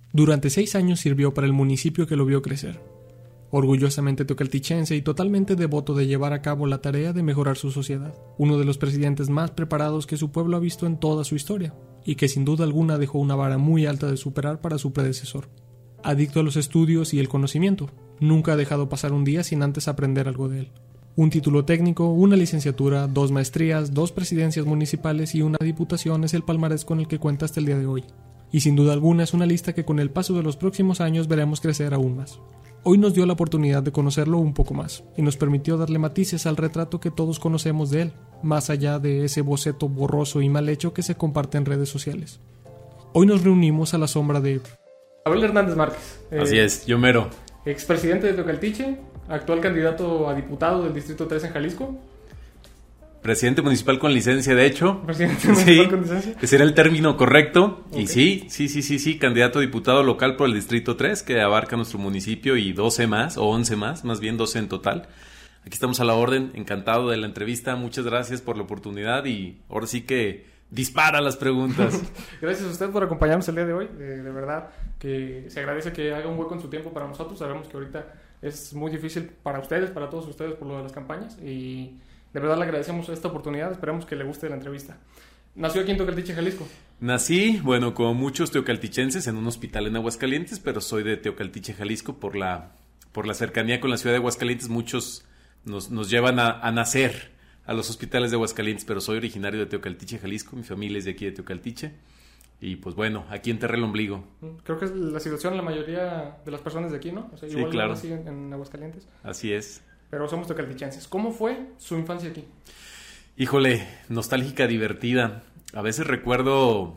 Durante 6 años sirvió para el municipio que lo vio crecer. Orgullosamente teocaltichense y totalmente devoto de llevar a cabo la tarea de mejorar su sociedad. Uno de los presidentes más preparados que su pueblo ha visto en toda su historia, y que sin duda alguna dejó una vara muy alta de superar para su predecesor. Adicto a los estudios y el conocimiento, nunca ha dejado pasar un día sin antes aprender algo de él. Un título técnico, una licenciatura, 2 maestrías, 2 presidencias municipales y una diputación es el palmarés con el que cuenta hasta el día de hoy. Y sin duda alguna es una lista que con el paso de los próximos años veremos crecer aún más. Hoy nos dio la oportunidad de conocerlo un poco más, y nos permitió darle matices al retrato que todos conocemos de él, más allá de ese boceto borroso y mal hecho que se comparte en redes sociales. Hoy nos reunimos a la sombra de Abel Hernández Márquez. Así es, yo mero. Expresidente de Teocaltiche, actual candidato a diputado del Distrito 3 en Jalisco. Presidente municipal con licencia, de hecho. Presidente municipal con licencia. Ese era el término correcto. Okay. Y sí, candidato a diputado local por el Distrito 3, que abarca nuestro municipio y 12 más, o 11 más bien 12 en total. Aquí estamos a la orden, encantado de la entrevista. Muchas gracias por la oportunidad y ahora sí que dispara las preguntas. Gracias a usted por acompañarnos el día de hoy. De verdad que se agradece que haga un hueco en su tiempo para nosotros. Sabemos que ahorita es muy difícil para ustedes, para todos ustedes por lo de las campañas, y de verdad le agradecemos esta oportunidad. Esperamos que le guste la entrevista. Nació aquí en Teocaltiche, Jalisco. Nací, bueno, como muchos teocaltichenses, en un hospital en Aguascalientes, pero soy de Teocaltiche, Jalisco, por la cercanía con la ciudad de Aguascalientes. Muchos nos llevan a nacer a los hospitales de Aguascalientes, pero soy originario de Teocaltiche, Jalisco. Mi familia es de aquí de Teocaltiche. Y pues bueno, aquí enterré el ombligo. Creo que es la situación de la mayoría de las personas de aquí, ¿no? O sea, igual sí, claro. Nací en Aguascalientes. Así es. Pero somos teocaltichenses. ¿Cómo fue su infancia aquí? Híjole, nostálgica, divertida. A veces recuerdo,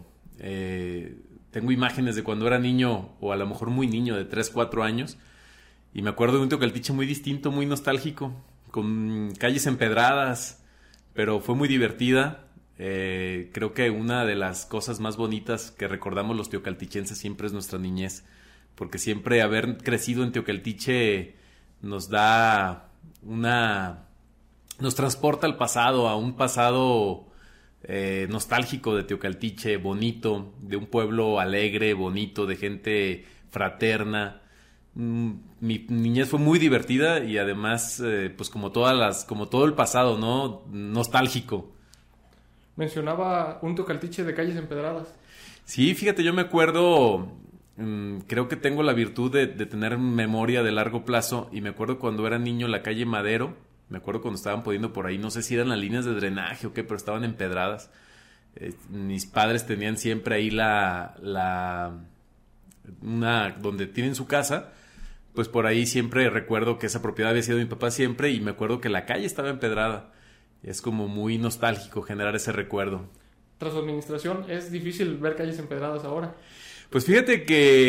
tengo imágenes de cuando era niño, o a lo mejor muy niño, de 3, 4 años, y me acuerdo de un Teocaltiche muy distinto, muy nostálgico, con calles empedradas, pero fue muy divertida. Creo que una de las cosas más bonitas que recordamos los teocaltichenses siempre es nuestra niñez, porque siempre haber crecido en Teocaltiche nos da nos transporta al pasado, a un pasado nostálgico de Teocaltiche, bonito, de un pueblo alegre, bonito, de gente fraterna. Mi niñez fue muy divertida y además, pues como todo el pasado, ¿no? Nostálgico. Mencionaba un Teocaltiche de calles empedradas. Sí, fíjate, yo me acuerdo, creo que tengo la virtud de tener memoria de largo plazo, y me acuerdo cuando era niño la calle Madero, me acuerdo cuando estaban poniendo por ahí, no sé si eran las líneas de drenaje o qué, pero estaban empedradas. Mis padres tenían siempre ahí donde tienen su casa, pues por ahí siempre recuerdo que esa propiedad había sido de mi papá siempre, y me acuerdo que la calle estaba empedrada. Es como muy nostálgico generar ese recuerdo. Tras su administración, ¿es difícil ver calles empedradas ahora? Pues fíjate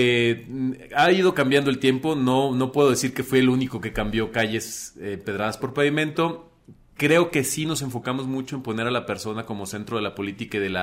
que ha ido cambiando el tiempo. No puedo decir que fue el único que cambió calles empedradas por pavimento. Creo que sí nos enfocamos mucho en poner a la persona como centro de la política y de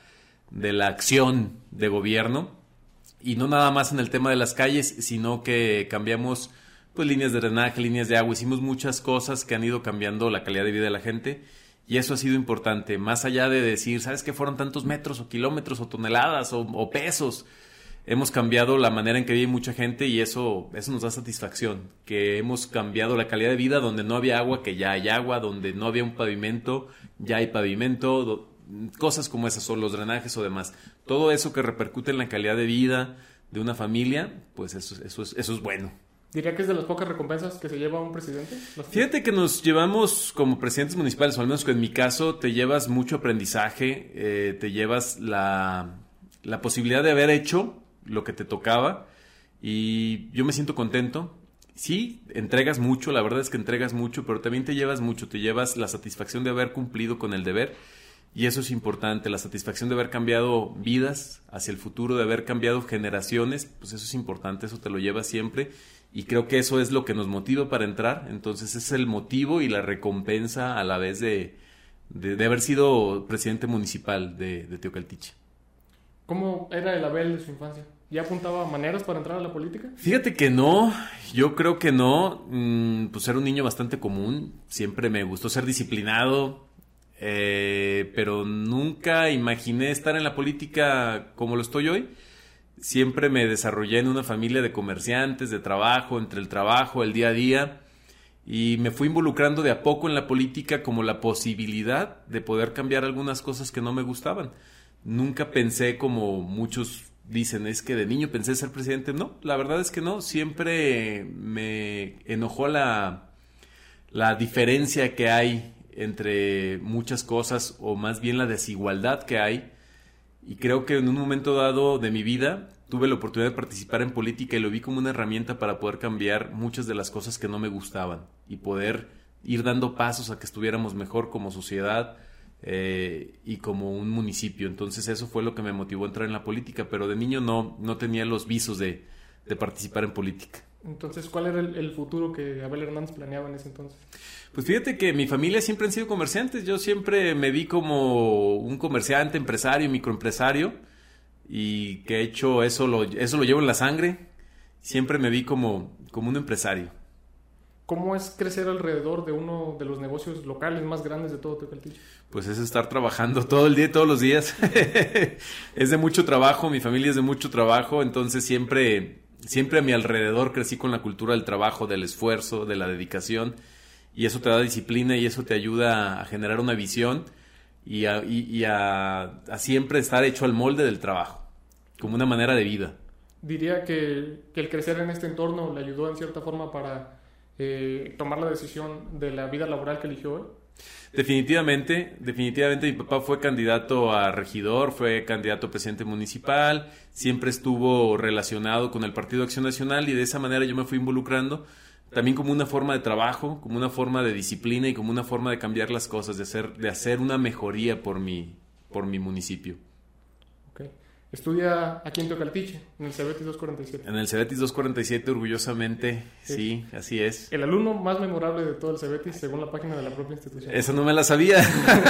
la acción de gobierno. Y no nada más en el tema de las calles, sino que cambiamos pues líneas de drenaje, líneas de agua. Hicimos muchas cosas que han ido cambiando la calidad de vida de la gente, y eso ha sido importante. Más allá de decir, ¿sabes qué? Fueron tantos metros o kilómetros o toneladas o pesos. Hemos cambiado la manera en que vive mucha gente, y eso nos da satisfacción. Que hemos cambiado la calidad de vida. Donde no había agua, que ya hay agua. Donde no había un pavimento, ya hay pavimento. Cosas como esas, o los drenajes o demás. Todo eso que repercute en la calidad de vida de una familia, pues eso es bueno. ¿Diría que es de las pocas recompensas que se lleva un presidente? Fíjate que nos llevamos como presidentes municipales, o al menos que en mi caso, te llevas mucho aprendizaje, te llevas la posibilidad de haber hecho lo que te tocaba, y yo me siento contento. Sí, entregas mucho, la verdad es que entregas mucho, pero también te llevas mucho, te llevas la satisfacción de haber cumplido con el deber, y eso es importante, la satisfacción de haber cambiado vidas hacia el futuro, de haber cambiado generaciones, pues eso es importante, eso te lo llevas siempre. Y creo que eso es lo que nos motiva para entrar. Entonces es el motivo y la recompensa a la vez de haber sido presidente municipal de Teocaltiche. ¿Cómo era el Abel de su infancia? ¿Ya apuntaba maneras para entrar a la política? Fíjate que no, yo creo que no. Pues era un niño bastante común. Siempre me gustó ser disciplinado, pero nunca imaginé estar en la política como lo estoy hoy. Siempre me desarrollé en una familia de comerciantes, de trabajo, entre el trabajo, el día a día, y me fui involucrando de a poco en la política como la posibilidad de poder cambiar algunas cosas que no me gustaban. Nunca pensé, como muchos dicen, es que de niño pensé ser presidente. No, la verdad es que no. Siempre me enojó la diferencia que hay entre muchas cosas, o más bien la desigualdad que hay. Y creo que en un momento dado de mi vida tuve la oportunidad de participar en política y lo vi como una herramienta para poder cambiar muchas de las cosas que no me gustaban y poder ir dando pasos a que estuviéramos mejor como sociedad y como un municipio. Entonces eso fue lo que me motivó a entrar en la política, pero de niño no tenía los visos de participar en política. Entonces, ¿cuál era el futuro que Abel Hernández planeaba en ese entonces? Pues fíjate que mi familia siempre han sido comerciantes. Yo siempre me vi como un comerciante, empresario, microempresario, y que he hecho eso lo llevo en la sangre. Siempre me vi como un empresario. ¿Cómo es crecer alrededor de uno de los negocios locales más grandes de todo Tecaltiche? Pues es estar trabajando todo el día y todos los días. Es de mucho trabajo, mi familia es de mucho trabajo, entonces siempre a mi alrededor crecí con la cultura del trabajo, del esfuerzo, de la dedicación, y eso te da disciplina y eso te ayuda a generar una visión y a siempre estar hecho al molde del trabajo, como una manera de vida. Diría que el crecer en este entorno le ayudó en cierta forma para tomar la decisión de la vida laboral que eligió hoy. Definitivamente mi papá fue candidato a regidor, fue candidato a presidente municipal, siempre estuvo relacionado con el Partido Acción Nacional y de esa manera yo me fui involucrando también como una forma de trabajo, como una forma de disciplina y como una forma de cambiar las cosas, de hacer una mejoría por mi municipio. Okay. Estudia aquí en Tecaltiche, en el Cebetis 247. En el Cebetis 247, orgullosamente, sí, así es. El alumno más memorable de todo el Cebetis, según la página de la propia institución. Eso no me la sabía.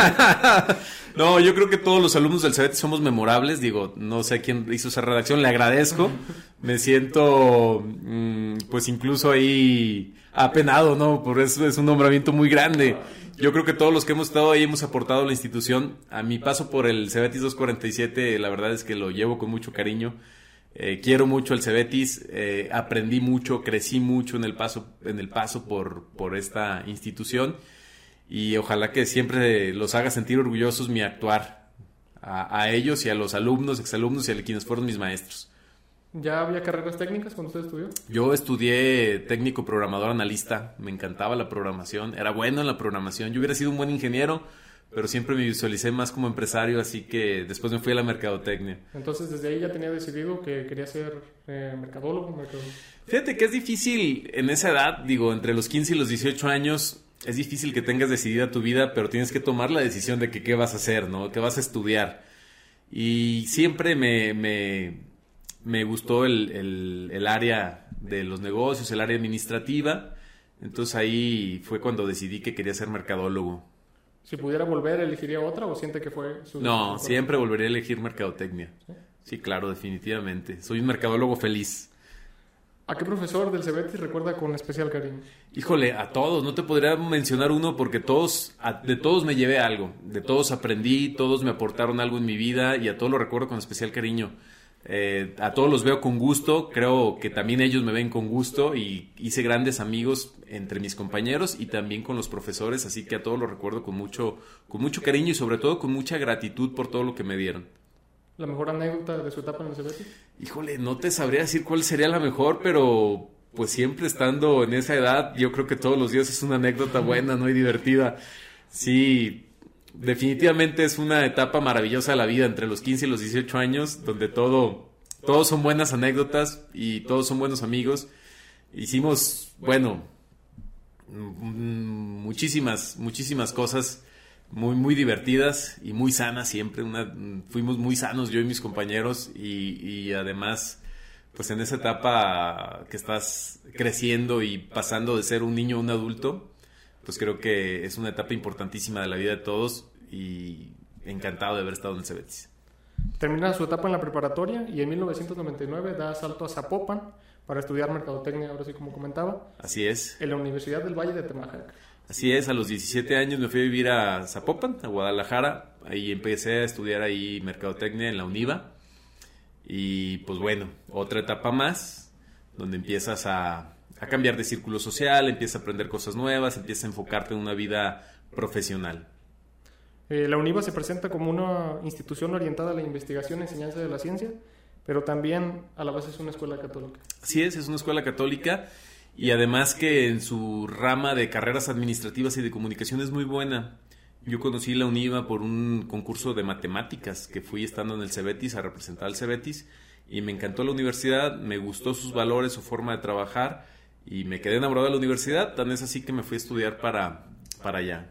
No, yo creo que todos los alumnos del Cebetis somos memorables. Digo, no sé quién hizo esa redacción, le agradezco. Me siento, pues incluso ahí apenado, ¿no? Por eso es un nombramiento muy grande. Yo creo que todos los que hemos estado ahí hemos aportado a la institución. A mi paso por el Cebetis 247, la verdad es que lo llevo con mucho cariño. Quiero mucho el Cebetis, aprendí mucho, crecí mucho en el paso por esta institución y ojalá que siempre los haga sentir orgullosos mi actuar a ellos y a los alumnos, exalumnos y a quienes fueron mis maestros. ¿Ya había carreras técnicas cuando usted estudió? Yo estudié técnico programador analista, me encantaba la programación, era bueno en la programación, yo hubiera sido un buen ingeniero, pero siempre me visualicé más como empresario, así que después me fui a la mercadotecnia. Entonces, desde ahí ya tenía decidido que quería ser mercadólogo. Fíjate que es difícil en esa edad, digo, entre los 15 y los 18 años, es difícil que tengas decidida tu vida, pero tienes que tomar la decisión de que qué vas a hacer, ¿no? ¿Qué vas a estudiar? Y siempre me gustó el área de los negocios, el área administrativa, entonces ahí fue cuando decidí que quería ser mercadólogo. Si pudiera volver, ¿elegiría otra o siente que fue su... No, siempre volvería a elegir mercadotecnia. Sí, claro, definitivamente. Soy un mercadólogo feliz. ¿A qué profesor del Cebetis recuerda con especial cariño? Híjole, a todos. No te podría mencionar uno porque de todos me llevé algo. De todos aprendí, todos me aportaron algo en mi vida y a todos los recuerdo con especial cariño. A todos los veo con gusto, creo que también ellos me ven con gusto y hice grandes amigos entre mis compañeros y también con los profesores, así que a todos los recuerdo con mucho cariño y sobre todo con mucha gratitud por todo lo que me dieron. ¿La mejor anécdota de su etapa en el Cebetis? Híjole, no te sabría decir cuál sería la mejor, pero pues siempre estando en esa edad, yo creo que todos los días es una anécdota buena, ¿no? Y divertida. Sí, definitivamente es una etapa maravillosa de la vida entre los 15 y los 18 años, donde todos son buenas anécdotas y todos son buenos amigos. Hicimos, bueno, muchísimas cosas muy, muy divertidas y muy sanas siempre. Fuimos muy sanos yo y mis compañeros y además, pues en esa etapa que estás creciendo y pasando de ser un niño a un adulto, pues creo que es una etapa importantísima de la vida de todos y encantado de haber estado en el Cebetis. Termina su etapa en la preparatoria y en 1999 da salto a Zapopan para estudiar mercadotecnia, ahora sí como comentaba. Así es. En la Universidad del Valle de Temajac. Así es, a los 17 años me fui a vivir a Zapopan, a Guadalajara. Ahí empecé a estudiar ahí mercadotecnia en la UNIVA. Y pues bueno, otra etapa más, donde empiezas a cambiar de círculo social, empiezas a aprender cosas nuevas, empiezas a enfocarte en una vida profesional. La UNIVA se presenta como una institución orientada a la investigación y enseñanza de la ciencia, pero también a la base es una escuela católica. Así es una escuela católica y además que en su rama de carreras administrativas y de comunicación es muy buena. Yo conocí la UNIVA por un concurso de matemáticas que fui estando en el CEBETIS a representar al CEBETIS y me encantó la universidad, me gustó sus valores, su forma de trabajar y me quedé enamorado de la universidad, tan es así que me fui a estudiar para allá.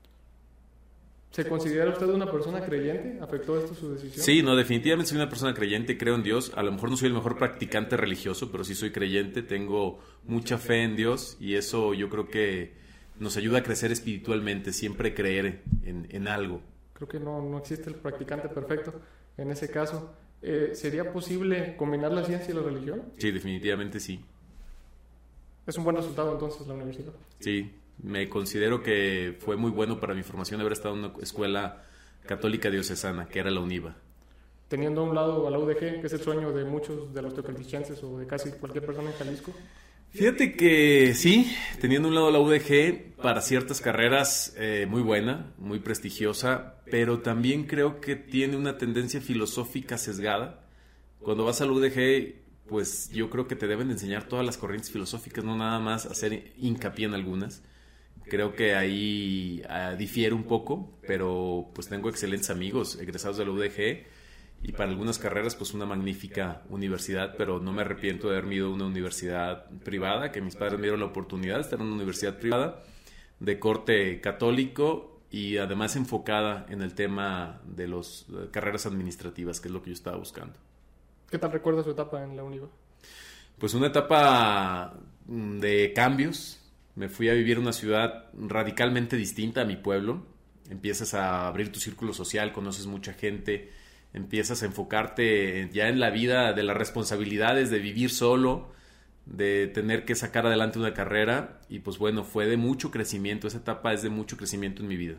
¿Se considera usted una persona creyente? ¿Afectó esto su decisión? Sí, no, definitivamente soy una persona creyente, creo en Dios. A lo mejor no soy el mejor practicante religioso, pero sí soy creyente, tengo mucha fe en Dios y eso yo creo que nos ayuda a crecer espiritualmente, siempre creer en algo. Creo que no existe el practicante perfecto en ese caso. ¿Sería posible combinar la ciencia y la religión? Sí, definitivamente sí. Es un buen resultado entonces la universidad. Sí. Me considero que fue muy bueno para mi formación haber estado en una escuela católica diocesana, que era la UNIVA. Teniendo a un lado a la UDG, que es el sueño de muchos de los teocaltichenses o de casi cualquier persona en Jalisco. Fíjate que sí, teniendo a un lado la UDG para ciertas carreras muy buena, muy prestigiosa, pero también creo que tiene una tendencia filosófica sesgada. Cuando vas a la UDG, pues yo creo que te deben de enseñar todas las corrientes filosóficas, no nada más hacer hincapié en algunas. Creo que ahí difiere un poco, pero pues tengo excelentes amigos egresados de la UDG y para algunas carreras pues una magnífica universidad, pero no me arrepiento de haberme ido a una universidad privada, que mis padres me dieron la oportunidad de estar en una universidad privada de corte católico y además enfocada en el tema de las carreras administrativas, que es lo que yo estaba buscando. ¿Qué tal recuerda su etapa en la UNIVA? Pues una etapa de cambios. Me fui a vivir en una ciudad radicalmente distinta a mi pueblo. Empiezas a abrir tu círculo social, conoces mucha gente, empiezas a enfocarte ya en la vida de las responsabilidades de vivir solo, de tener que sacar adelante una carrera y pues bueno, fue de mucho crecimiento, esa etapa es de mucho crecimiento en mi vida.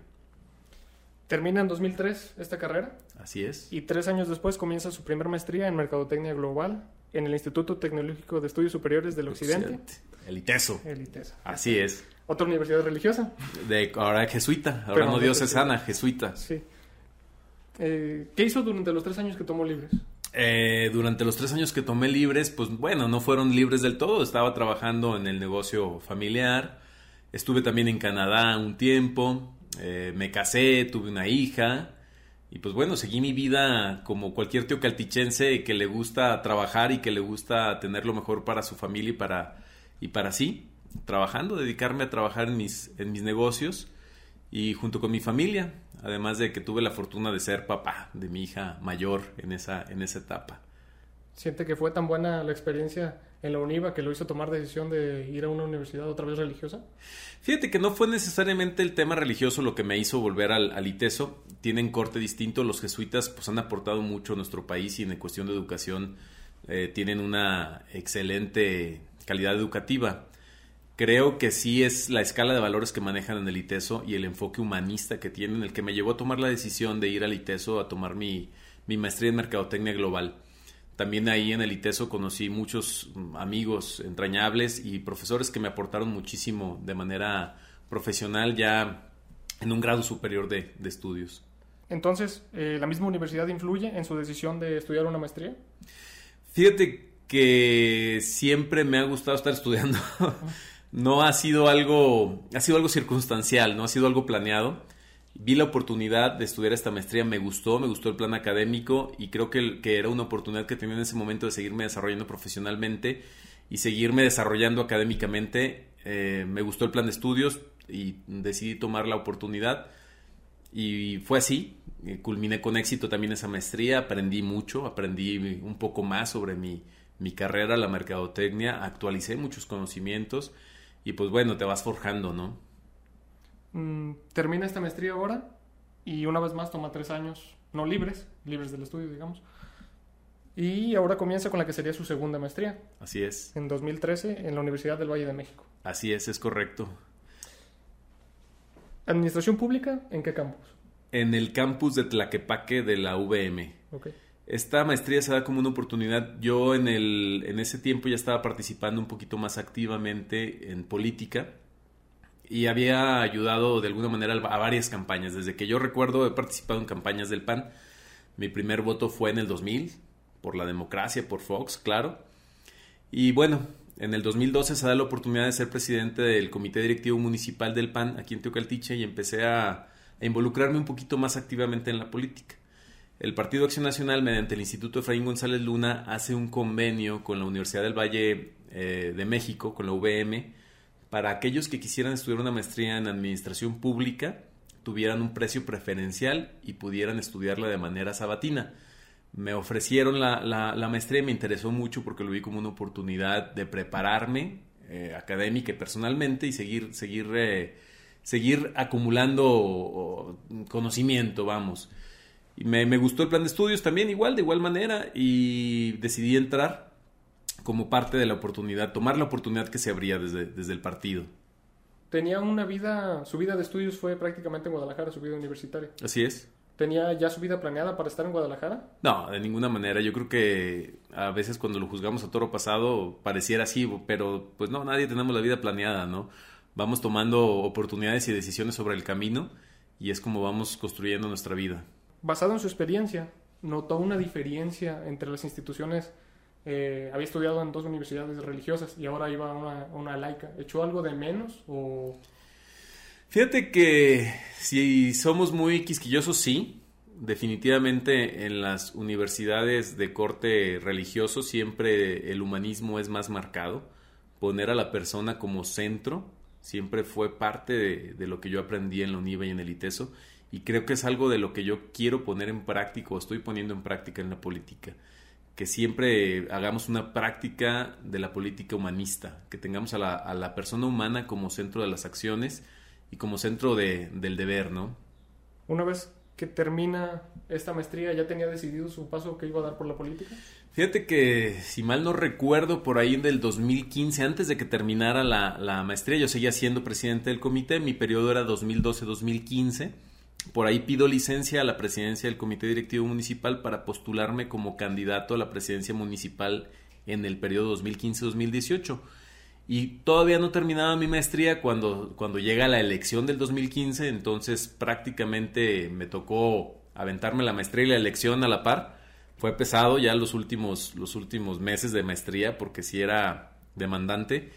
Termina en 2003 esta carrera. Así es. Y 3 años después comienza su primer maestría en Mercadotecnia Global en el Instituto Tecnológico de Estudios Superiores del Occidente. El ITESO. Así es. ¿Otra universidad religiosa? Ahora jesuita, ahora no diocesana, jesuita. Sí. ¿Qué hizo durante los 3 años que tomó libres? Durante los 3 años que tomé libres, pues bueno, no fueron libres del todo. Estaba trabajando en el negocio familiar. Estuve también en Canadá un tiempo. Me casé, tuve una hija. Y pues bueno, seguí mi vida como cualquier teocaltichense que le gusta trabajar y que le gusta tener lo mejor para su familia y para sí. Trabajando, dedicarme a trabajar en mis negocios y junto con mi familia. Además de que tuve la fortuna de ser papá de mi hija mayor en esa etapa. ¿Siente que fue tan buena la experiencia en la UNIVA que lo hizo tomar decisión de ir a una universidad otra vez religiosa? Fíjate que no fue necesariamente el tema religioso lo que me hizo volver al ITESO. Tienen corte distinto. Los jesuitas pues han aportado mucho a nuestro país y en cuestión de educación tienen una excelente calidad educativa. Creo que sí es la escala de valores que manejan en el ITESO y el enfoque humanista que tienen el que me llevó a tomar la decisión de ir al ITESO a tomar mi maestría en Mercadotecnia Global. También ahí en el ITESO conocí muchos amigos entrañables y profesores que me aportaron muchísimo de manera profesional ya en un grado superior de estudios. Entonces, ¿la misma universidad influye en su decisión de estudiar una maestría? Fíjate que siempre me ha gustado estar estudiando. No ha sido algo circunstancial, no ha sido algo planeado. Vi la oportunidad de estudiar esta maestría, me gustó el plan académico y creo que era una oportunidad que tenía en ese momento de seguirme desarrollando profesionalmente y seguirme desarrollando académicamente. Me gustó el plan de estudios y decidí tomar la oportunidad y fue así. Culminé con éxito también esa maestría, aprendí mucho, aprendí un poco más sobre mi carrera, la mercadotecnia, actualicé muchos conocimientos y pues bueno, te vas forjando, ¿no? Termina esta maestría ahora y una vez más toma 3 años, no libres del estudio, digamos. Y ahora comienza con la que sería su segunda maestría. Así es. En 2013 en la Universidad del Valle de México. Así es correcto. ¿Administración pública? ¿En qué campus? En el campus de Tlaquepaque de la UVM. Okay. Esta maestría se da como una oportunidad. Yo en ese tiempo ya estaba participando un poquito más activamente en política y había ayudado de alguna manera a varias campañas. Desde que yo recuerdo he participado en campañas del PAN. Mi primer voto fue en el 2000, por la democracia, por Fox, claro. Y bueno, en el 2012 se da la oportunidad de ser presidente del Comité Directivo Municipal del PAN aquí en Teocaltiche y empecé a involucrarme un poquito más activamente en la política. El Partido Acción Nacional, mediante el Instituto Efraín González Luna, hace un convenio con la Universidad del Valle de México, con la UVM, para aquellos que quisieran estudiar una maestría en Administración Pública, tuvieran un precio preferencial y pudieran estudiarla de manera sabatina. Me ofrecieron la maestría y me interesó mucho porque lo vi como una oportunidad de prepararme académica y personalmente y seguir acumulando conocimiento, vamos. Y me gustó el plan de estudios también, de igual manera, y decidí entrar como parte de la oportunidad, tomar la oportunidad que se abría desde el partido. Tenía su vida de estudios fue prácticamente en Guadalajara, su vida universitaria. Así es. ¿Tenía ya su vida planeada para estar en Guadalajara? No, de ninguna manera. Yo creo que a veces cuando lo juzgamos a toro pasado pareciera así, pero pues no, nadie tenemos la vida planeada, ¿no? Vamos tomando oportunidades y decisiones sobre el camino y es como vamos construyendo nuestra vida. Basado en su experiencia, ¿notó una diferencia entre las instituciones? Había estudiado en 2 universidades religiosas y ahora iba a una laica. ¿Echó algo de menos o...? Fíjate que si somos muy quisquillosos, sí. Definitivamente en las universidades de corte religioso siempre el humanismo es más marcado. Poner a la persona como centro siempre fue parte de lo que yo aprendí en la UNIVA y en el ITESO. Y creo que es algo de lo que yo quiero poner en práctica o estoy poniendo en práctica en la política. Que siempre hagamos una práctica de la política humanista. Que tengamos a la persona humana como centro de las acciones y como centro del deber, ¿no? Una vez que termina esta maestría, ¿ya tenía decidido su paso que iba a dar por la política? Fíjate que, si mal no recuerdo, por ahí del 2015, antes de que terminara la maestría, yo seguía siendo presidente del comité, mi periodo era 2012-2015, por ahí pido licencia a la presidencia del Comité Directivo Municipal para postularme como candidato a la presidencia municipal en el periodo 2015-2018. Y todavía no terminaba mi maestría cuando llega la elección del 2015, entonces prácticamente me tocó aventarme la maestría y la elección a la par. Fue pesado ya los últimos meses de maestría porque sí era demandante.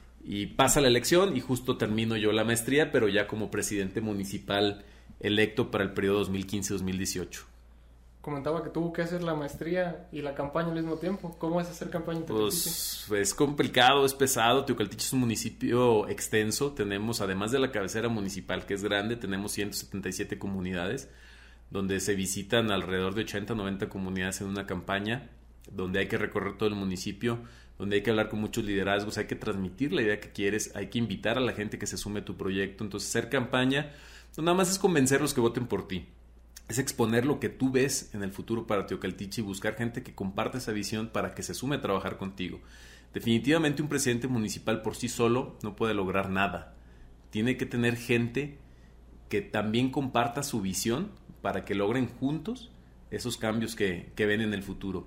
Y pasa la elección y justo termino yo la maestría, pero ya como presidente municipal electo para el periodo 2015-2018. Comentaba que tuvo que hacer la maestría y la campaña al mismo tiempo. ¿Cómo es hacer campaña en Teocaltiche? Pues es complicado, es pesado. Teocaltiche es un municipio extenso. Tenemos, además de la cabecera municipal, que es grande, tenemos 177 comunidades, donde se visitan alrededor de 80-90 comunidades en una campaña, donde hay que recorrer todo el municipio, donde hay que hablar con muchos liderazgos, hay que transmitir la idea que quieres, hay que invitar a la gente que se sume a tu proyecto. Entonces, hacer campaña no nada más es convencerlos que voten por ti. Es exponer lo que tú ves en el futuro para Teocaltiche y buscar gente que comparte esa visión para que se sume a trabajar contigo. Definitivamente un presidente municipal por sí solo no puede lograr nada. Tiene que tener gente que también comparta su visión para que logren juntos esos cambios que ven en el futuro.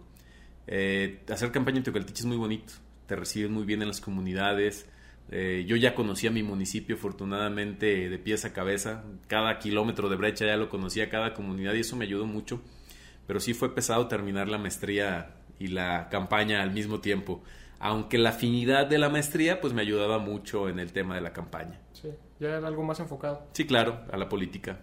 Hacer campaña en Teocaltiche es muy bonito. Te reciben muy bien en las comunidades. Yo ya conocía mi municipio afortunadamente de pies a cabeza, cada kilómetro de brecha ya lo conocía, cada comunidad, y eso me ayudó mucho, pero sí fue pesado terminar la maestría y la campaña al mismo tiempo, aunque la afinidad de la maestría pues me ayudaba mucho en el tema de la campaña. Sí, ya era algo más enfocado. Sí, claro, a la política.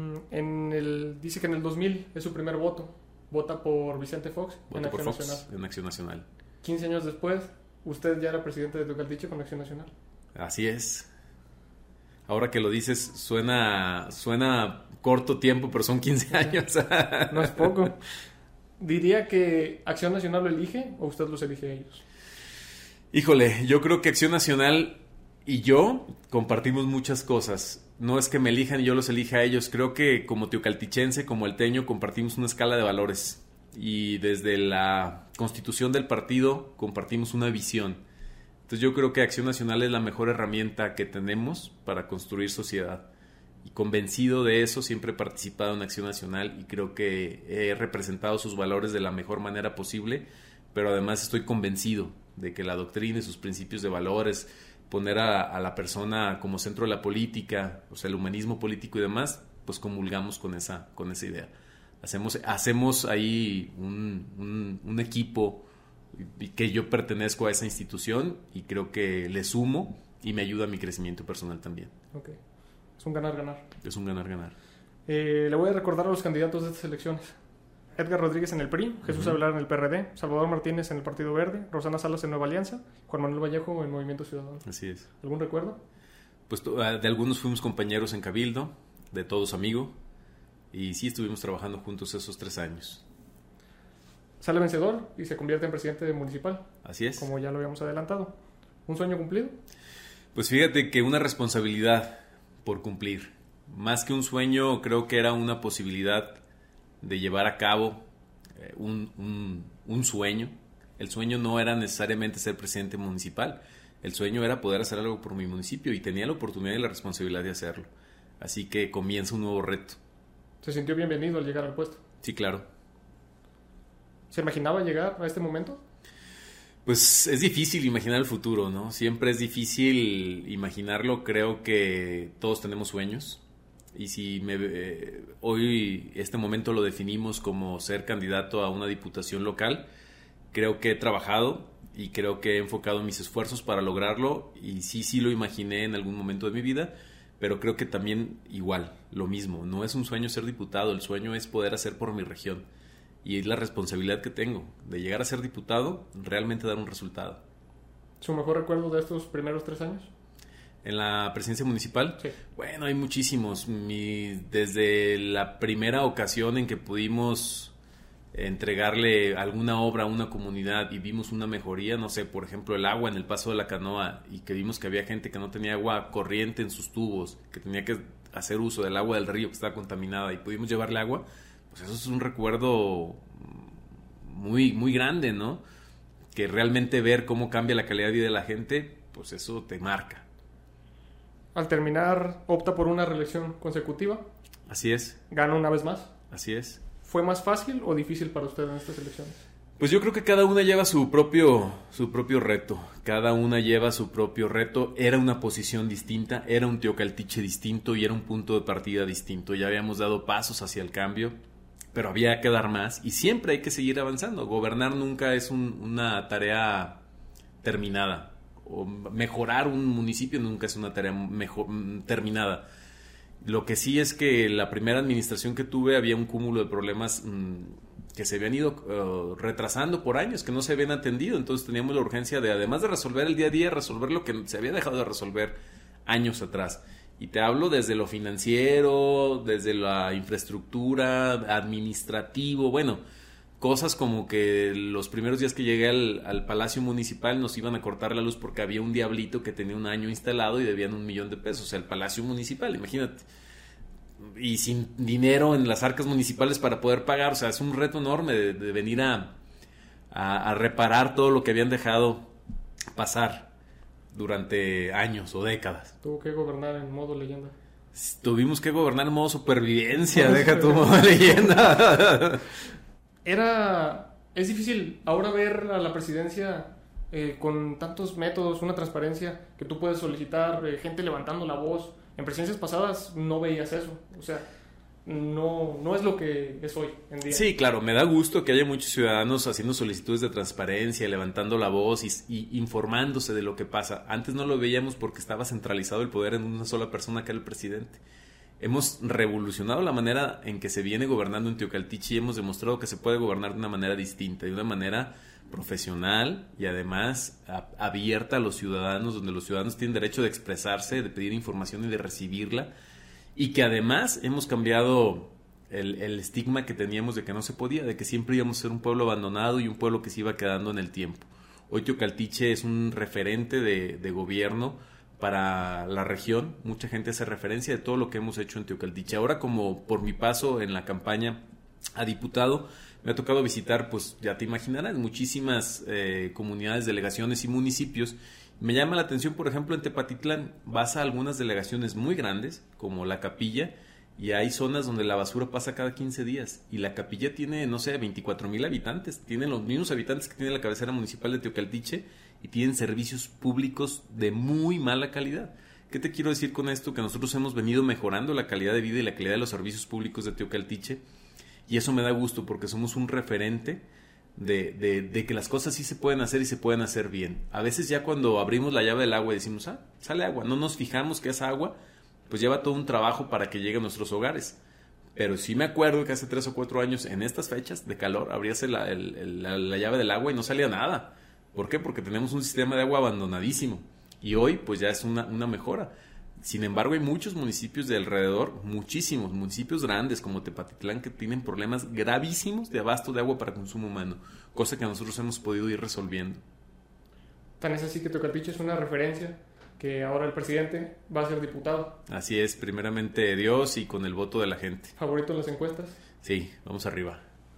Dice que en el 2000 es su primer voto, vota por Vicente Fox en Acción Nacional. En Acción Nacional. 15 años después, usted ya era presidente de Teocaltiche con Acción Nacional. Así es. Ahora que lo dices, suena corto tiempo, pero son 15 años. No es poco. ¿Diría que Acción Nacional lo elige o usted los elige a ellos? Híjole, yo creo que Acción Nacional y yo compartimos muchas cosas. No es que me elijan y yo los elija a ellos. Creo que como teocaltichense, como alteño, compartimos una escala de valores. Y desde la constitución del partido compartimos una visión. Entonces yo creo que Acción Nacional es la mejor herramienta que tenemos para construir sociedad. Y convencido de eso, siempre he participado en Acción Nacional y creo que he representado sus valores de la mejor manera posible, pero además estoy convencido de que la doctrina y sus principios de valores, poner a la persona como centro de la política, o sea, el humanismo político y demás, pues comulgamos con esa idea. Hacemos ahí un equipo que yo pertenezco a esa institución y creo que le sumo y me ayuda a mi crecimiento personal también. Okay. Es un ganar-ganar. Es un ganar-ganar. Le voy a recordar a los candidatos de estas elecciones. Edgar Rodríguez en el PRI, Jesús Avelar en el PRD, Salvador Martínez en el Partido Verde, Rosana Salas en Nueva Alianza, Juan Manuel Vallejo en Movimiento Ciudadano. Así es. ¿Algún recuerdo? Pues de algunos fuimos compañeros en Cabildo, de todos amigos, y sí estuvimos trabajando juntos esos 3 años. Sale vencedor y se convierte en presidente municipal. Así es. Como ya lo habíamos adelantado. ¿Un sueño cumplido? Pues fíjate que una responsabilidad por cumplir. Más que un sueño, creo que era una posibilidad de llevar a cabo un sueño. El sueño no era necesariamente ser presidente municipal. El sueño era poder hacer algo por mi municipio y tenía la oportunidad y la responsabilidad de hacerlo. Así que comienza un nuevo reto. ¿Se sintió bienvenido al llegar al puesto? Sí, claro. ¿Se imaginaba llegar a este momento? Pues es difícil imaginar el futuro, ¿no? Siempre es difícil imaginarlo. Creo que todos tenemos sueños. Y si hoy este momento lo definimos como ser candidato a una diputación local, creo que he trabajado y creo que he enfocado mis esfuerzos para lograrlo. Y sí lo imaginé en algún momento de mi vida, pero creo que también igual, lo mismo. No es un sueño ser diputado, el sueño es poder hacer por mi región. Y es la responsabilidad que tengo de llegar a ser diputado, realmente dar un resultado. ¿Su mejor recuerdo de estos primeros 3 años? ¿En la presidencia municipal? Sí. Bueno, hay muchísimos. Desde la primera ocasión en que pudimos entregarle alguna obra a una comunidad y vimos una mejoría, no sé, por ejemplo, el agua en el Paso de la Canoa, y que vimos que había gente que no tenía agua corriente en sus tubos, que tenía que hacer uso del agua del río que estaba contaminada y pudimos llevarle agua. Pues eso es un recuerdo muy, muy grande, ¿no? Que realmente ver cómo cambia la calidad de vida de la gente, pues eso te marca. Al terminar, opta por una reelección consecutiva. Así es. Gana una vez más. Así es. ¿Fue más fácil o difícil para usted en estas elecciones? Pues yo creo que cada una lleva su propio reto. Cada una lleva su propio reto. Era una posición distinta, era un Teocaltiche distinto y era un punto de partida distinto. Ya habíamos dado pasos hacia el cambio, pero había que dar más y siempre hay que seguir avanzando. Gobernar nunca es una tarea terminada. O mejorar un municipio nunca es una tarea terminada. Lo que sí es que la primera administración que tuve había un cúmulo de problemas que se habían ido retrasando por años, que no se habían atendido. Entonces teníamos la urgencia de, además de resolver el día a día, resolver lo que se había dejado de resolver años atrás. Y te hablo desde lo financiero, desde la infraestructura, administrativo, bueno, cosas como que los primeros días que llegué al Palacio Municipal nos iban a cortar la luz porque había un diablito que tenía un año instalado y debían $1,000,000. O sea, el Palacio Municipal, imagínate. Y sin dinero en las arcas municipales para poder pagar. O sea, es un reto enorme de venir a reparar todo lo que habían dejado pasar durante años o décadas. Tuvo que gobernar en modo leyenda. Tuvimos que gobernar en modo supervivencia, deja tu modo leyenda. Es difícil ahora ver a la presidencia con tantos métodos, una transparencia que tú puedes solicitar, gente levantando la voz. En presidencias pasadas no veías eso, o sea, no es lo que es hoy en día. Sí, claro, me da gusto que haya muchos ciudadanos haciendo solicitudes de transparencia, levantando la voz y informándose de lo que pasa. Antes no lo veíamos porque estaba centralizado el poder en una sola persona, que era el presidente. Hemos revolucionado la manera en que se viene gobernando en Teocaltiche y hemos demostrado que se puede gobernar de una manera distinta, de una manera profesional y además abierta a los ciudadanos, donde los ciudadanos tienen derecho de expresarse, de pedir información y de recibirla, y que además hemos cambiado el estigma que teníamos de que no se podía, de que siempre íbamos a ser un pueblo abandonado y un pueblo que se iba quedando en el tiempo. Hoy Teocaltiche es un referente de gobierno para la región. Mucha gente hace referencia de todo lo que hemos hecho en Teocaltiche. Ahora, como por mi paso en la campaña a diputado, Me ha tocado visitar, pues ya te imaginarás, muchísimas comunidades, delegaciones y municipios. Me llama la atención, por ejemplo, en Tepatitlán vas a algunas delegaciones muy grandes, como La Capilla, y hay zonas donde la basura pasa cada 15 días. Y La Capilla tiene, no sé, 24,000 habitantes. Tienen los mismos habitantes que tiene la cabecera municipal de Teocaltiche y tienen servicios públicos de muy mala calidad. ¿Qué te quiero decir con esto? Que nosotros hemos venido mejorando la calidad de vida y la calidad de los servicios públicos de Teocaltiche. Y eso me da gusto porque somos un referente de que las cosas sí se pueden hacer y se pueden hacer bien. A veces ya cuando abrimos la llave del agua y decimos, sale agua, no nos fijamos que esa agua pues lleva todo un trabajo para que llegue a nuestros hogares. Pero sí me acuerdo que hace 3 o 4 años, en estas fechas de calor, abríase la llave del agua y no salía nada. ¿Por qué? Porque tenemos un sistema de agua abandonadísimo. Y hoy pues ya es una mejora. Sin embargo, hay muchos municipios de alrededor, muchísimos municipios grandes como Tepatitlán, que tienen problemas gravísimos de abasto de agua para consumo humano, cosa que nosotros hemos podido ir resolviendo. Tan es así que Teocaltiche es una referencia, que ahora el presidente va a ser diputado. Así es, primeramente Dios y con el voto de la gente. ¿Favorito en las encuestas? Sí, vamos arriba.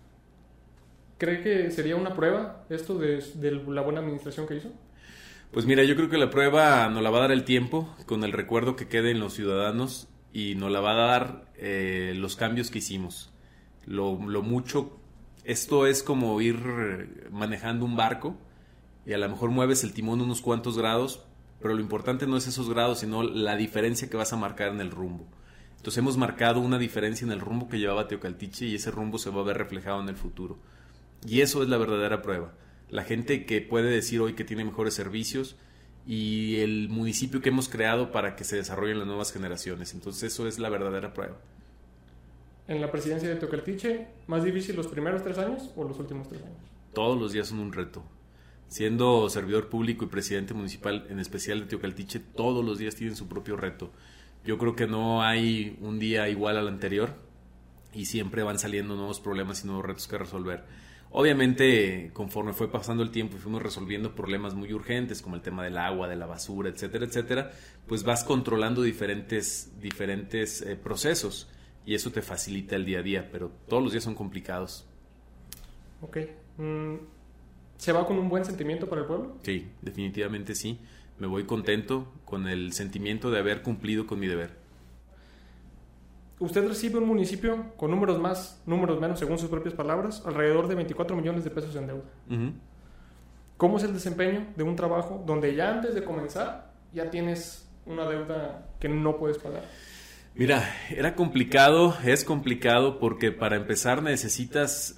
¿Cree que sería una prueba esto de la buena administración que hizo? Pues mira, yo creo que la prueba nos la va a dar el tiempo, con el recuerdo que quede en los ciudadanos, y nos la va a dar los cambios que hicimos. Lo mucho, esto es como ir manejando un barco, y a lo mejor mueves el timón unos cuantos grados, pero lo importante no es esos grados, sino la diferencia que vas a marcar en el rumbo. Entonces hemos marcado una diferencia en el rumbo que llevaba Teocaltiche, y ese rumbo se va a ver reflejado en el futuro. Y eso es la verdadera prueba. La gente que puede decir hoy que tiene mejores servicios y el municipio que hemos creado para que se desarrollen las nuevas generaciones. Entonces eso es la verdadera prueba. En la presidencia de Teocaltiche, ¿más difícil los primeros 3 años o los últimos 3 años? Todos los días son un reto. Siendo servidor público y presidente municipal, en especial de Teocaltiche, todos los días tienen su propio reto. Yo creo que no hay un día igual al anterior y siempre van saliendo nuevos problemas y nuevos retos que resolver. Obviamente, conforme fue pasando el tiempo y fuimos resolviendo problemas muy urgentes como el tema del agua, de la basura, etcétera, etcétera, pues vas controlando diferentes procesos y eso te facilita el día a día, pero todos los días son complicados. Ok. ¿Se va con un buen sentimiento para el pueblo? Sí, definitivamente sí. Me voy contento con el sentimiento de haber cumplido con mi deber. Usted recibe un municipio con números más, números menos, según sus propias palabras, alrededor de 24 millones de pesos en deuda. Uh-huh. ¿Cómo es el desempeño de un trabajo donde ya antes de comenzar ya tienes una deuda que no puedes pagar? Mira, es complicado porque para empezar necesitas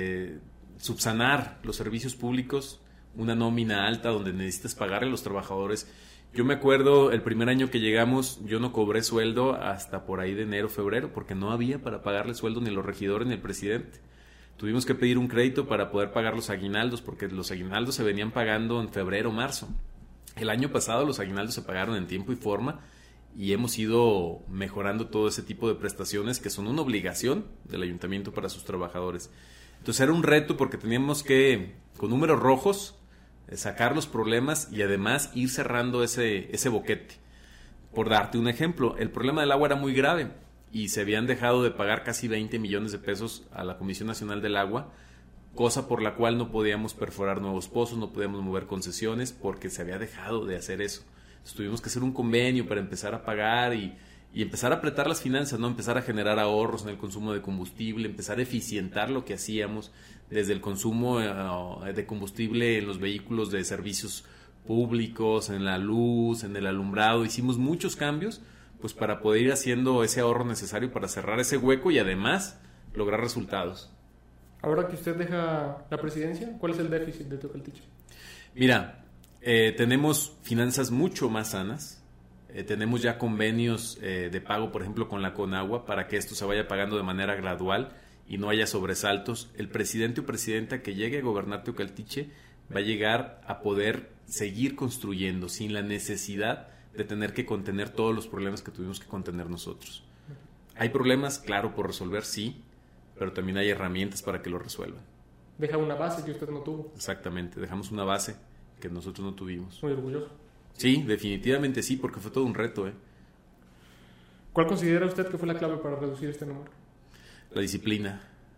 subsanar los servicios públicos, una nómina alta donde necesitas pagarle a los trabajadores. Yo me acuerdo el primer año que llegamos, yo no cobré sueldo hasta por ahí de enero, febrero, porque no había para pagarle sueldo ni a los regidores ni al presidente. Tuvimos que pedir un crédito para poder pagar los aguinaldos, porque los aguinaldos se venían pagando en febrero, marzo. El año pasado los aguinaldos se pagaron en tiempo y forma y hemos ido mejorando todo ese tipo de prestaciones que son una obligación del ayuntamiento para sus trabajadores. Entonces era un reto porque teníamos que, con números rojos, sacar los problemas y además ir cerrando ese boquete. Por darte un ejemplo, el problema del agua era muy grave y se habían dejado de pagar casi 20 millones de pesos a la Comisión Nacional del Agua, cosa por la cual no podíamos perforar nuevos pozos, no podíamos mover concesiones porque se había dejado de hacer eso. Entonces tuvimos que hacer un convenio para empezar a pagar y empezar a apretar las finanzas, ¿no? Empezar a generar ahorros en el consumo de combustible, empezar a eficientar lo que hacíamos desde el consumo de combustible en los vehículos de servicios públicos, en la luz, en el alumbrado. Hicimos muchos cambios pues para poder ir haciendo ese ahorro necesario para cerrar ese hueco y además lograr resultados. Ahora que usted deja la presidencia, ¿cuál es el déficit de Teocaltiche? Mira, tenemos finanzas mucho más sanas. Tenemos ya convenios de pago, por ejemplo, con la Conagua, para que esto se vaya pagando de manera gradual y no haya sobresaltos. El presidente o presidenta que llegue a gobernar Teocaltiche va a llegar a poder seguir construyendo sin la necesidad de tener que contener todos los problemas que tuvimos que contener nosotros. Hay problemas, claro, por resolver, sí, pero también hay herramientas para que lo resuelvan. Deja una base que usted no tuvo. Exactamente, dejamos una base que nosotros no tuvimos. Muy orgulloso. Sí, definitivamente sí, porque fue todo un reto. ¿Cuál considera usted que fue la clave para reducir este número? La disciplina.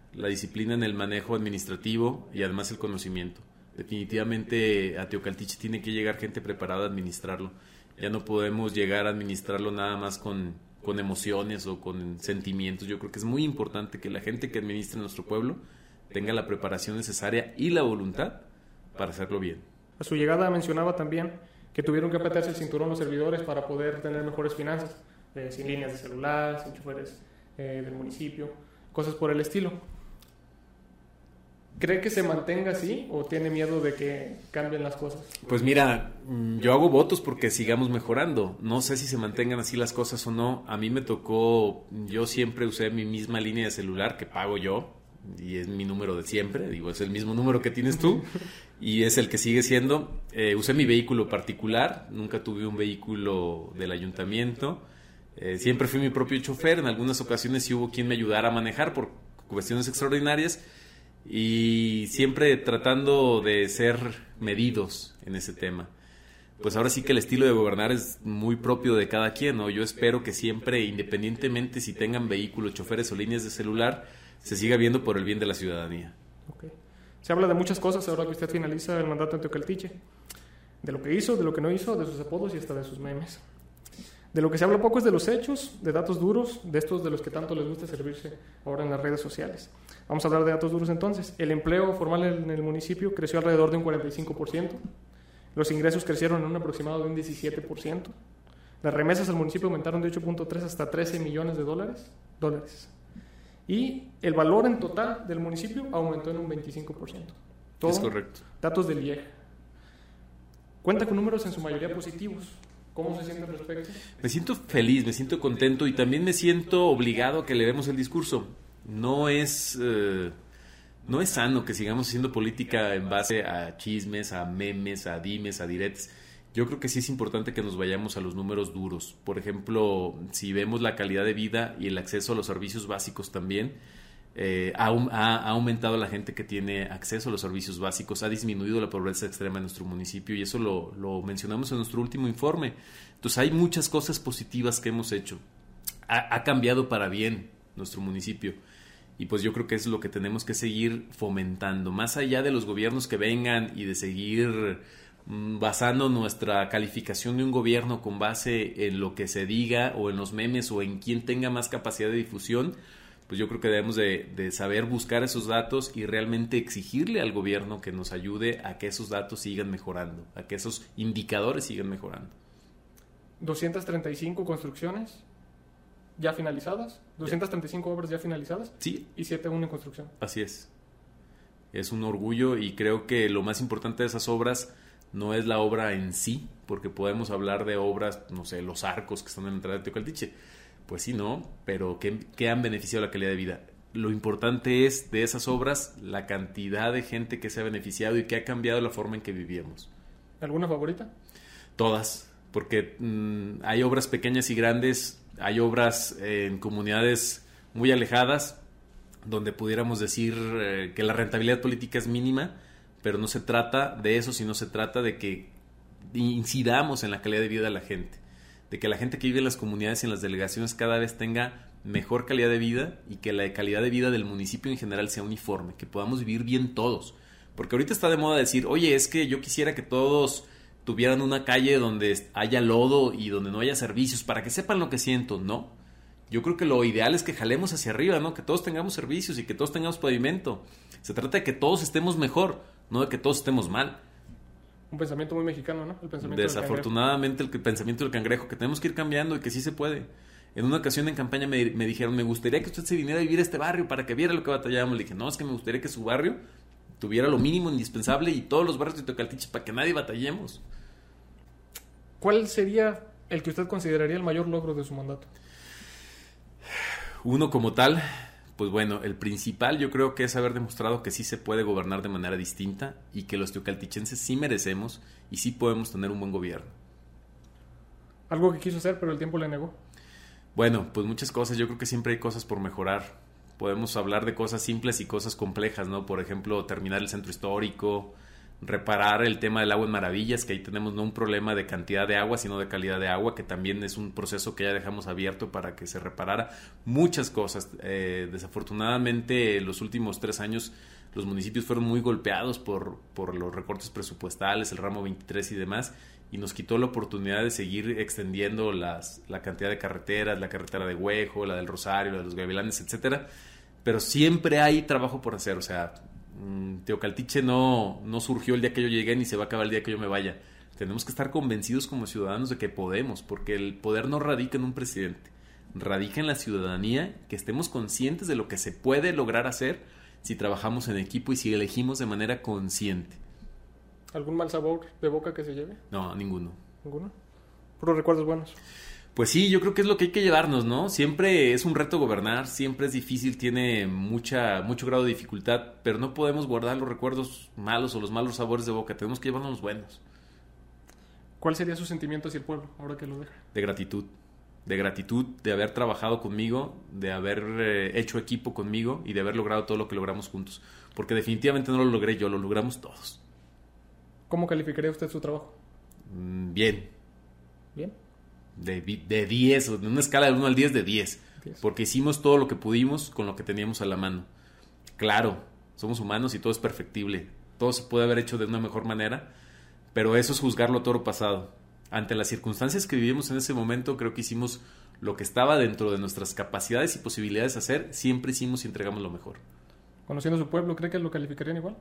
la disciplina en el manejo administrativo y además el conocimiento. Definitivamente a Teocaltiche tiene que llegar gente preparada a administrarlo. Ya no podemos llegar a administrarlo nada más con emociones o con sentimientos. Yo creo que es muy importante que la gente que administre nuestro pueblo tenga la preparación necesaria y la voluntad para hacerlo bien. A su llegada mencionaba también que tuvieron que apretarse el cinturón los servidores para poder tener mejores finanzas, sin líneas de celular, sin choferes del municipio, cosas por el estilo. ¿Cree que se mantenga así o tiene miedo de que cambien las cosas? Pues mira, yo hago votos porque sigamos mejorando. No sé si se mantengan así las cosas o no. A mí me tocó, yo siempre usé mi misma línea de celular que pago yo y es mi número de siempre. Digo, es el mismo número que tienes tú y es el que sigue siendo. Usé mi vehículo particular, nunca tuve un vehículo del ayuntamiento. Siempre fui mi propio chofer. En algunas ocasiones sí hubo quien me ayudara a manejar por cuestiones extraordinarias. Y siempre tratando de ser medidos en ese tema. Pues ahora sí que el estilo de gobernar es muy propio de cada quien, ¿no? Yo espero que siempre, independientemente si tengan vehículos, choferes o líneas de celular, se siga viendo por el bien de la ciudadanía. Okay. Se habla de muchas cosas ahora que usted finaliza el mandato en Teocaltiche. De lo que hizo, de lo que no hizo, de sus apodos y hasta de sus memes. De lo que se habla poco es de los hechos, de datos duros, de estos de los que tanto les gusta servirse ahora en las redes sociales. Vamos a hablar de datos duros entonces. El empleo formal en el municipio creció alrededor de un 45%. Los ingresos crecieron en un aproximado de un 17%. Las remesas al municipio aumentaron de 8.3 hasta 13 millones de dólares. Y el valor en total del municipio aumentó en un 25%. Todo es correcto. Datos del IEG. Cuenta con números en su mayoría positivos. ¿Cómo se siente al respecto? Me siento feliz, me siento contento y también me siento obligado a que le demos el discurso. No es sano que sigamos haciendo política en base a chismes, a memes, a dimes, a diretes. Yo creo que sí es importante que nos vayamos a los números duros. Por ejemplo, si vemos la calidad de vida y el acceso a los servicios básicos también, ha aumentado la gente que tiene acceso a los servicios básicos, ha disminuido la pobreza extrema en nuestro municipio y eso lo mencionamos en nuestro último informe. Entonces hay muchas cosas positivas que hemos hecho. Ha cambiado para bien nuestro municipio y pues yo creo que es lo que tenemos que seguir fomentando, más allá de los gobiernos que vengan y de seguir basando nuestra calificación de un gobierno con base en lo que se diga o en los memes o en quién tenga más capacidad de difusión. Pues yo creo que debemos de saber buscar esos datos y realmente exigirle al gobierno que nos ayude a que esos datos sigan mejorando, a que esos indicadores sigan mejorando. 235 construcciones ya finalizadas, 235 obras ya finalizadas, sí, y 7 aún en construcción. Así es. Es un orgullo y creo que lo más importante de esas obras no es la obra en sí, porque podemos hablar de obras, no sé, los arcos que están en la entrada de Teocaltiche. Pues sí, ¿no? Pero ¿qué han beneficiado la calidad de vida? Lo importante es de esas obras la cantidad de gente que se ha beneficiado y que ha cambiado la forma en que vivíamos. ¿Alguna favorita? Todas, porque hay obras pequeñas y grandes, hay obras en comunidades muy alejadas donde pudiéramos decir que la rentabilidad política es mínima, pero no se trata de eso, sino se trata de que incidamos en la calidad de vida de la gente, de que la gente que vive en las comunidades y en las delegaciones cada vez tenga mejor calidad de vida y que la calidad de vida del municipio en general sea uniforme, que podamos vivir bien todos. Porque ahorita está de moda decir, oye, es que yo quisiera que todos tuvieran una calle donde haya lodo y donde no haya servicios, para que sepan lo que siento. No, yo creo que lo ideal es que jalemos hacia arriba, ¿no? Que todos tengamos servicios y que todos tengamos pavimento. Se trata de que todos estemos mejor, no de que todos estemos mal. Un pensamiento muy mexicano, ¿no? El pensamiento Desafortunadamente el pensamiento del cangrejo, que tenemos que ir cambiando y que sí se puede. En una ocasión en campaña me dijeron, me gustaría que usted se viniera a vivir a este barrio para que viera lo que batallábamos. Le dije, no, es que me gustaría que su barrio tuviera lo mínimo indispensable y todos los barrios de Teocaltiche para que nadie batallemos. ¿Cuál sería el que usted consideraría el mayor logro de su mandato? Uno como tal, pues bueno, el principal yo creo que es haber demostrado que sí se puede gobernar de manera distinta y que los teocaltichenses sí merecemos y sí podemos tener un buen gobierno. Algo que quiso hacer pero el tiempo le negó. Bueno, pues muchas cosas, yo creo que siempre hay cosas por mejorar. Podemos hablar de cosas simples y cosas complejas, ¿no? Por ejemplo, terminar el centro histórico, reparar el tema del agua en Maravillas, que ahí tenemos no un problema de cantidad de agua, sino de calidad de agua, que también es un proceso que ya dejamos abierto para que se reparara. Muchas cosas. Desafortunadamente, los últimos 3 años los municipios fueron muy golpeados por los recortes presupuestales, el ramo 23 y demás, y nos quitó la oportunidad de seguir extendiendo la cantidad de carreteras, la carretera de Huejo, la del Rosario, la de los Gavilanes, etcétera. Pero siempre hay trabajo por hacer, o sea, Teocaltiche no surgió el día que yo llegué ni se va a acabar el día que yo me vaya. Tenemos que estar convencidos como ciudadanos de que podemos, porque el poder no radica en un presidente, radica en la ciudadanía, que estemos conscientes de lo que se puede lograr hacer si trabajamos en equipo y si elegimos de manera consciente. ¿Algún mal sabor de boca que se lleve? No, ninguno. ¿Ninguno? ¿Puros recuerdos buenos? Pues sí, yo creo que es lo que hay que llevarnos, ¿no? Siempre es un reto gobernar, siempre es difícil, tiene mucho grado de dificultad, pero no podemos guardar los recuerdos malos o los malos sabores de boca, tenemos que llevarnos los buenos. ¿Cuál sería su sentimiento hacia el pueblo, ahora que lo deja? De gratitud de haber trabajado conmigo, de haber hecho equipo conmigo y de haber logrado todo lo que logramos juntos, porque definitivamente no lo logré yo, lo logramos todos. ¿Cómo calificaría usted su trabajo? Bien. ¿Bien? De 10, en una escala de 1 al 10, de 10. Porque hicimos todo lo que pudimos con lo que teníamos a la mano. Claro, somos humanos y todo es perfectible. Todo se puede haber hecho de una mejor manera, pero eso es juzgarlo a toro pasado. Ante las circunstancias que vivimos en ese momento, creo que hicimos lo que estaba dentro de nuestras capacidades y posibilidades de hacer. Siempre hicimos y entregamos lo mejor. Conociendo su pueblo, ¿cree que lo calificarían igual?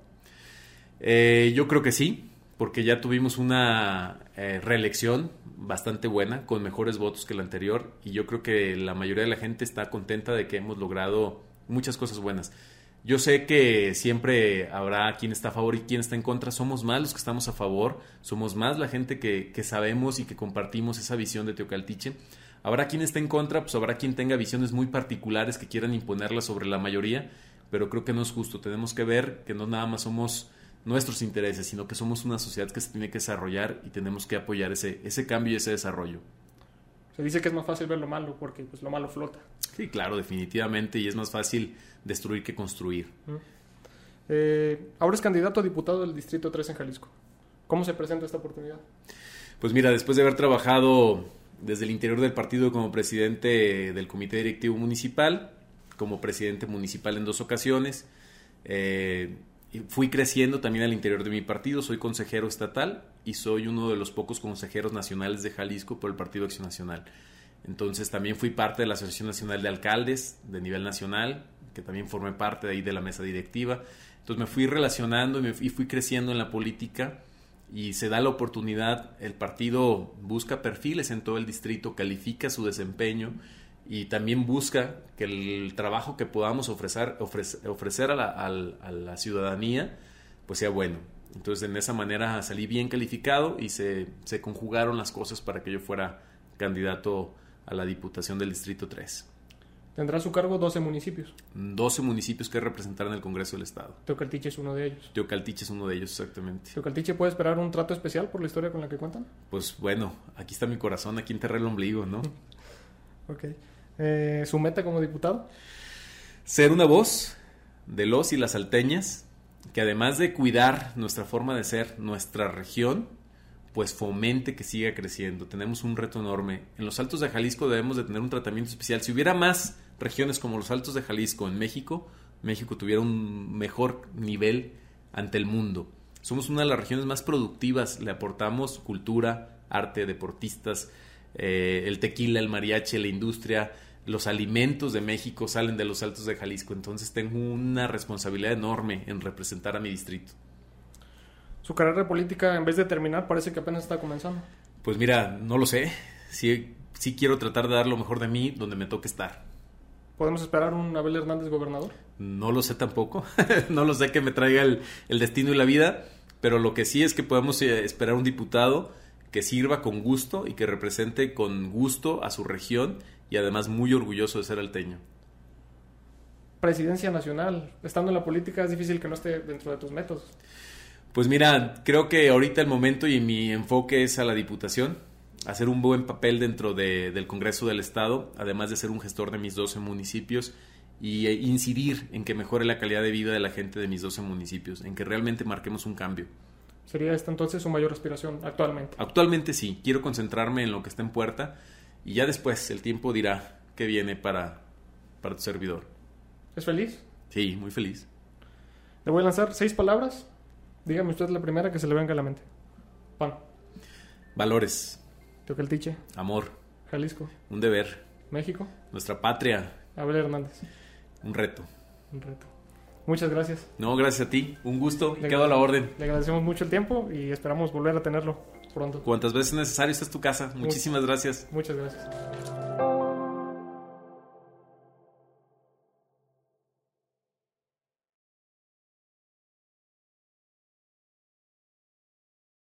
Yo creo que sí, porque ya tuvimos una reelección bastante buena, con mejores votos que la anterior, y yo creo que la mayoría de la gente está contenta de que hemos logrado muchas cosas buenas. Yo sé que siempre habrá quien está a favor y quien está en contra. Somos más los que estamos a favor, somos más la gente que sabemos y que compartimos esa visión de Teocaltiche. Habrá quien esté en contra, pues habrá quien tenga visiones muy particulares que quieran imponerlas sobre la mayoría, pero creo que no es justo. Tenemos que ver que no nada más somos nuestros intereses, sino que somos una sociedad que se tiene que desarrollar y tenemos que apoyar ese cambio y ese desarrollo. Se dice que es más fácil ver lo malo porque pues lo malo flota. Sí, claro, definitivamente, y es más fácil destruir que construir. Ahora es candidato a diputado del Distrito 3 en Jalisco. ¿Cómo se presenta esta oportunidad? Pues mira, después de haber trabajado desde el interior del partido como presidente del Comité Directivo Municipal, como presidente municipal en 2 ocasiones, fui creciendo también al interior de mi partido. Soy consejero estatal y soy uno de los pocos consejeros nacionales de Jalisco por el Partido Acción Nacional. Entonces también fui parte de la Asociación Nacional de Alcaldes de nivel nacional, que también formé parte de ahí de la mesa directiva. Entonces me fui relacionando y fui creciendo en la política, y se da la oportunidad. El partido busca perfiles en todo el distrito, califica su desempeño y también busca que el trabajo que podamos ofrecer a la ciudadanía pues sea bueno. Entonces, en esa manera salí bien calificado y se conjugaron las cosas para que yo fuera candidato a la Diputación del Distrito 3. Tendrá a su cargo 12 municipios. 12 municipios que representar en el Congreso del Estado. Teocaltiche es uno de ellos. Teocaltiche es uno de ellos, exactamente. ¿Teocaltiche puede esperar un trato especial por la historia con la que cuentan? Pues bueno, aquí está mi corazón, aquí enterré el ombligo, ¿no? Ok. ¿Su meta como diputado? Ser una voz de los y las salteñas, que además de cuidar nuestra forma de ser, nuestra región, pues fomente que siga creciendo. Tenemos un reto enorme. En los Altos de Jalisco debemos de tener un tratamiento especial. Si hubiera más regiones como los Altos de Jalisco en México, México tuviera un mejor nivel ante el mundo. Somos una de las regiones más productivas, le aportamos cultura, arte, deportistas, el tequila, el mariachi, la industria, los alimentos de México salen de los Altos de Jalisco. Entonces tengo una responsabilidad enorme en representar a mi distrito. Su carrera política, en vez de terminar, parece que apenas está comenzando. Pues mira, no lo sé. Sí quiero tratar de dar lo mejor de mí donde me toque estar. ¿Podemos esperar un Abel Hernández gobernador? No lo sé tampoco. No lo sé que me traiga el destino y la vida, pero lo que sí es que podemos esperar un diputado que sirva con gusto y que represente con gusto a su región, y además muy orgulloso de ser alteño. Presidencia nacional, estando en la política es difícil que no esté dentro de tus métodos. Pues mira, creo que ahorita el momento y mi enfoque es a la diputación, hacer un buen papel dentro del Congreso del Estado, además de ser un gestor de mis 12 municipios y incidir en que mejore la calidad de vida de la gente de mis 12 municipios, en que realmente marquemos un cambio. ¿Sería esta entonces su mayor aspiración actualmente? Actualmente sí, quiero concentrarme en lo que está en puerta y ya después el tiempo dirá qué viene para tu servidor. ¿Es feliz? Sí, muy feliz. Le voy a lanzar 6 palabras. Dígame usted la primera que se le venga a la mente. Pan. Valores. Teocaltiche. Amor. Jalisco. Un deber. México. Nuestra patria. Abel Hernández. Un reto. Un reto. Muchas gracias. No, gracias a ti. Un gusto. Quedo a la orden. Le agradecemos mucho el tiempo y esperamos volver a tenerlo pronto. Cuantas veces necesario, esta es tu casa. Muchísimas gracias. Muchas gracias.